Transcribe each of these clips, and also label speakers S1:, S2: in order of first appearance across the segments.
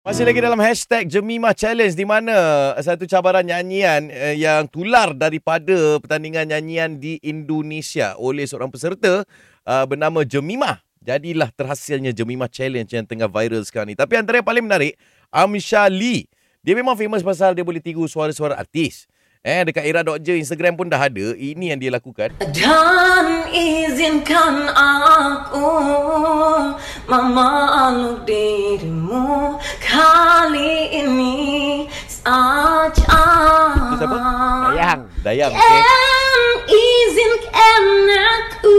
S1: Masih lagi dalam hashtag Jemimah Challenge, di mana satu cabaran nyanyian yang tular daripada pertandingan nyanyian di Indonesia oleh seorang peserta bernama Jemimah. Jadilah terhasilnya Jemimah Challenge yang tengah viral sekarang ni. Tapi antara yang paling menarik, Amsha Lee. Dia memang famous pasal dia boleh tiru suara-suara artis. Dekat Era.je Instagram pun dah ada. Ini yang dia lakukan.
S2: Dan izinkan aku memeluk dirimu kali ini saja.
S1: Itu siapa? Dayang.
S2: Dan
S1: Okay.
S2: izinkan aku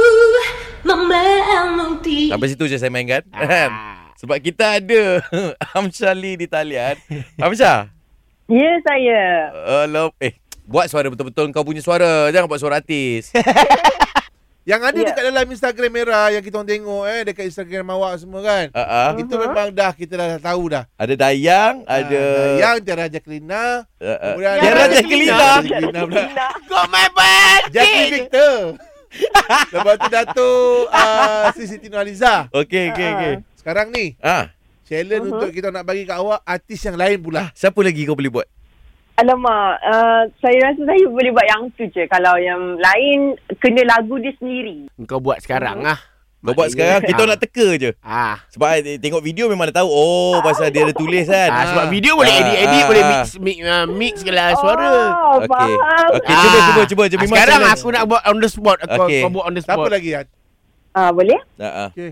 S2: memeluk dirimu.
S1: Sampai situ je saya mainkan. Sebab kita ada Amsha Lee di talian. Amsha.
S3: Ya, saya.
S1: Buat suara betul-betul kau punya suara. Jangan buat suara artis.
S4: Yang ada dekat dalam Instagram Era yang kita orang tengok dekat Instagram awak semua kan. Itu memang kita dah tahu dah.
S1: Ada Dayang, ada
S4: Yang Tiara Jacqueline. Kemudian
S1: Tiara Jacqueline.
S4: Kau main bad. Jacqueline Victor. Lepas tu Datuk Siti Nurhaliza.
S1: Okey.
S4: Sekarang ni challenge untuk kita nak bagi kat awak artis yang lain pula.
S1: Siapa lagi kau boleh buat?
S3: Alamak, saya rasa saya boleh buat yang tu je. Kalau yang lain, kena lagu dia sendiri.
S5: Kau buat sekarang
S1: Kau buat sekarang, kita nak teka je. Sebab tengok video memang dah tahu. Pasal dia ada tulis kan.
S5: Sebab video boleh edit, boleh mix segala suara.
S1: Okey.
S3: Faham.
S1: Okey, cuba
S5: Sekarang aku nak buat on the spot. Kau buat on the spot.
S4: Siapa lagi?
S3: Boleh?
S4: Okay.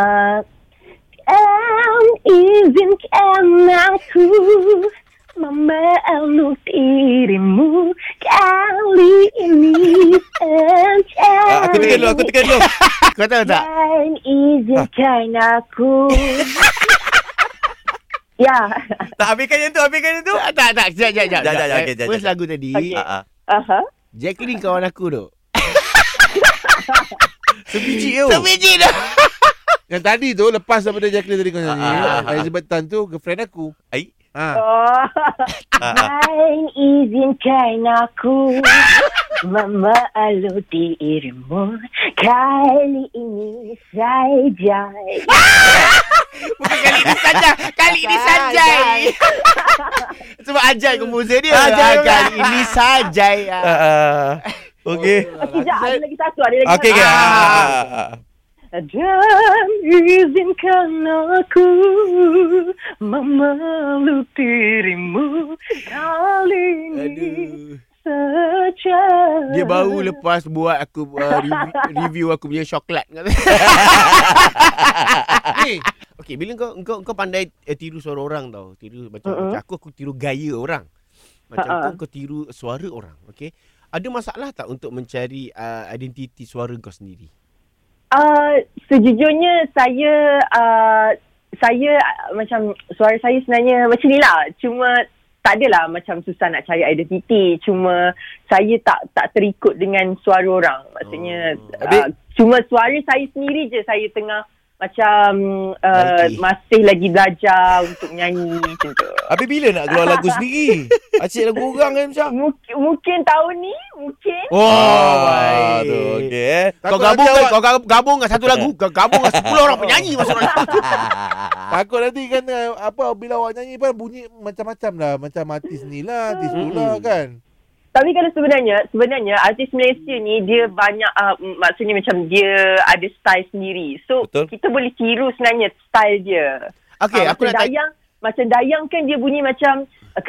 S3: Izinkan aku memeluk dirimu kali ini saja.
S1: Aku tekan dulu.
S5: Kau tahu tak?
S3: Dan izinkan aku. Ya.
S1: Tak habiskan yang tu.
S5: Tak. Sekejap.
S1: Okey,
S5: First lagu tadi. Jacqueline kawan aku tu.
S1: Sebiji
S5: dah.
S4: Yang tadi tu lepas daripada Jacqueline tadi kau nyanyi, Elizabeth Tan tu girlfriend aku.
S3: Dan izinkan aku memeluk dirimu kali ini saja.
S5: Bukan kali ini saja. Sebab Ajay komposer dia. Kali ini saja.
S1: Okey.
S3: Sekejap, ada lagi satu.
S1: Okey.
S3: Dan izinkan aku memeluk dirimu kali ini saja.
S5: Dia baru lepas buat aku review aku punya coklat. Okey, bila kau pandai tiru suara orang tau. Tiru macam aku tiru gaya orang. Macam kau tiru suara orang. Okey. Ada masalah tak untuk mencari identiti suara kau sendiri?
S3: Sejujurnya saya macam suara saya sebenarnya macam ni lah. Cuma tak adalah macam susah nak cari identiti. Cuma saya tak terikut dengan suara orang. Maksudnya cuma suara saya sendiri je saya tengah macam masih lagi belajar untuk nyanyi macam tu.
S1: Habis bila nak keluar lagu sendiri? Acik lagu orang kan macam?
S3: Mungkin tahun ni, mungkin.
S1: Baik. Okey.
S5: Kau gabung dengan satu lagu. Kau gabung dengan 10 orang penyanyi masuk dalam.
S4: Takut nanti kan bila awak nyanyi pun bunyi macam-macam lah. Macam artis ni lah, artis pula kan.
S3: Tapi kalau sebenarnya artis Malaysia ni dia banyak maksudnya macam dia ada style sendiri. So
S1: betul.
S3: Kita boleh tiru sebenarnya style dia.
S5: Okey, aku nak tanya.
S3: Macam Dayang kan dia bunyi macam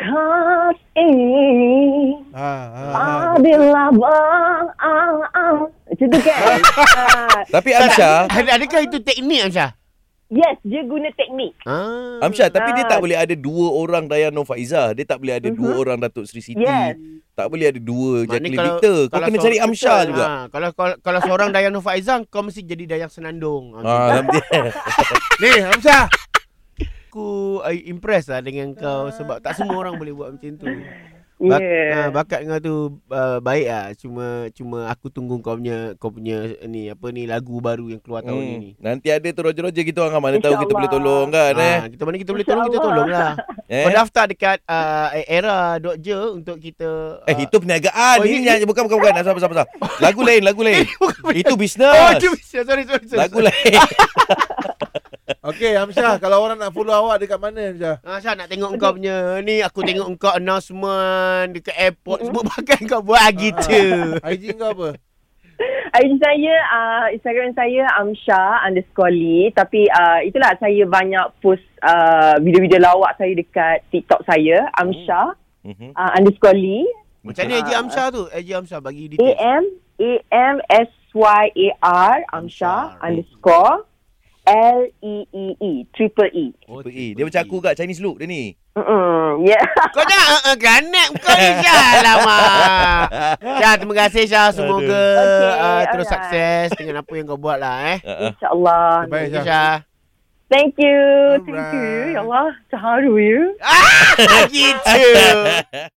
S3: kasih. Bila macam tu kan.
S1: Tapi Amsha,
S5: Adakah itu teknik Amsha?
S3: Yes, dia guna teknik.
S1: Amsha, tapi dia tak boleh ada dua orang Dayang Nur Faizah. Dia tak boleh ada dua orang Datuk Sri Siti.
S3: Yes.
S1: Tak boleh ada dua Jacqueline Victor. Kau kena cari Amsha juga.
S5: Kalau seorang Dayang Nur Faizah, kau mesti jadi Dayang Senandung.
S4: Ni Amsha.
S5: Aku impress lah dengan kau sebab tak semua orang boleh buat macam tu. Bakat kau tu baik lah. Cuma aku tunggu kau punya ni lagu baru yang keluar tahun ini.
S1: Nanti ada tu roger-roger kita orang mana tahu kita boleh tolong kan
S5: kita boleh tolong kita tolong lah. Kau daftar dekat Era.je untuk kita
S1: itu perniagaan. Ini nyanyi bukan. Sabar. Lagu lain. Itu bisnes.
S5: Itu bisnes. Sorry.
S1: Lagu lain.
S4: Okey, Amsyah, kalau orang nak follow awak dekat mana, Amsyah?
S5: Syah nak tengok kau punya ni, aku tengok kau announcement dekat airport semua pakai kau buat gitu.
S4: IG kau apa?
S3: IG saya, Instagram saya Amsyah_Lee. Tapi itulah saya banyak post video-video lawak saya dekat TikTok saya, Amsyah_Lee.
S5: Macam ni IG Amsyah tu? IG Amsyah bagi detail.
S3: AMSYAR Amsyah_LEEE Triple E.
S1: Dia macam aku kat Chinese look dia ni.
S3: Yeah.
S5: Kau jangan ganak kau ni Syah. Alamak. Syah, terima kasih Syah. Semoga terus sukses dengan apa yang kau buat lah.
S3: InsyaAllah.
S4: Baik,
S5: Syah.
S3: Thank you. Ya Allah. Terharu you.
S5: Gitu.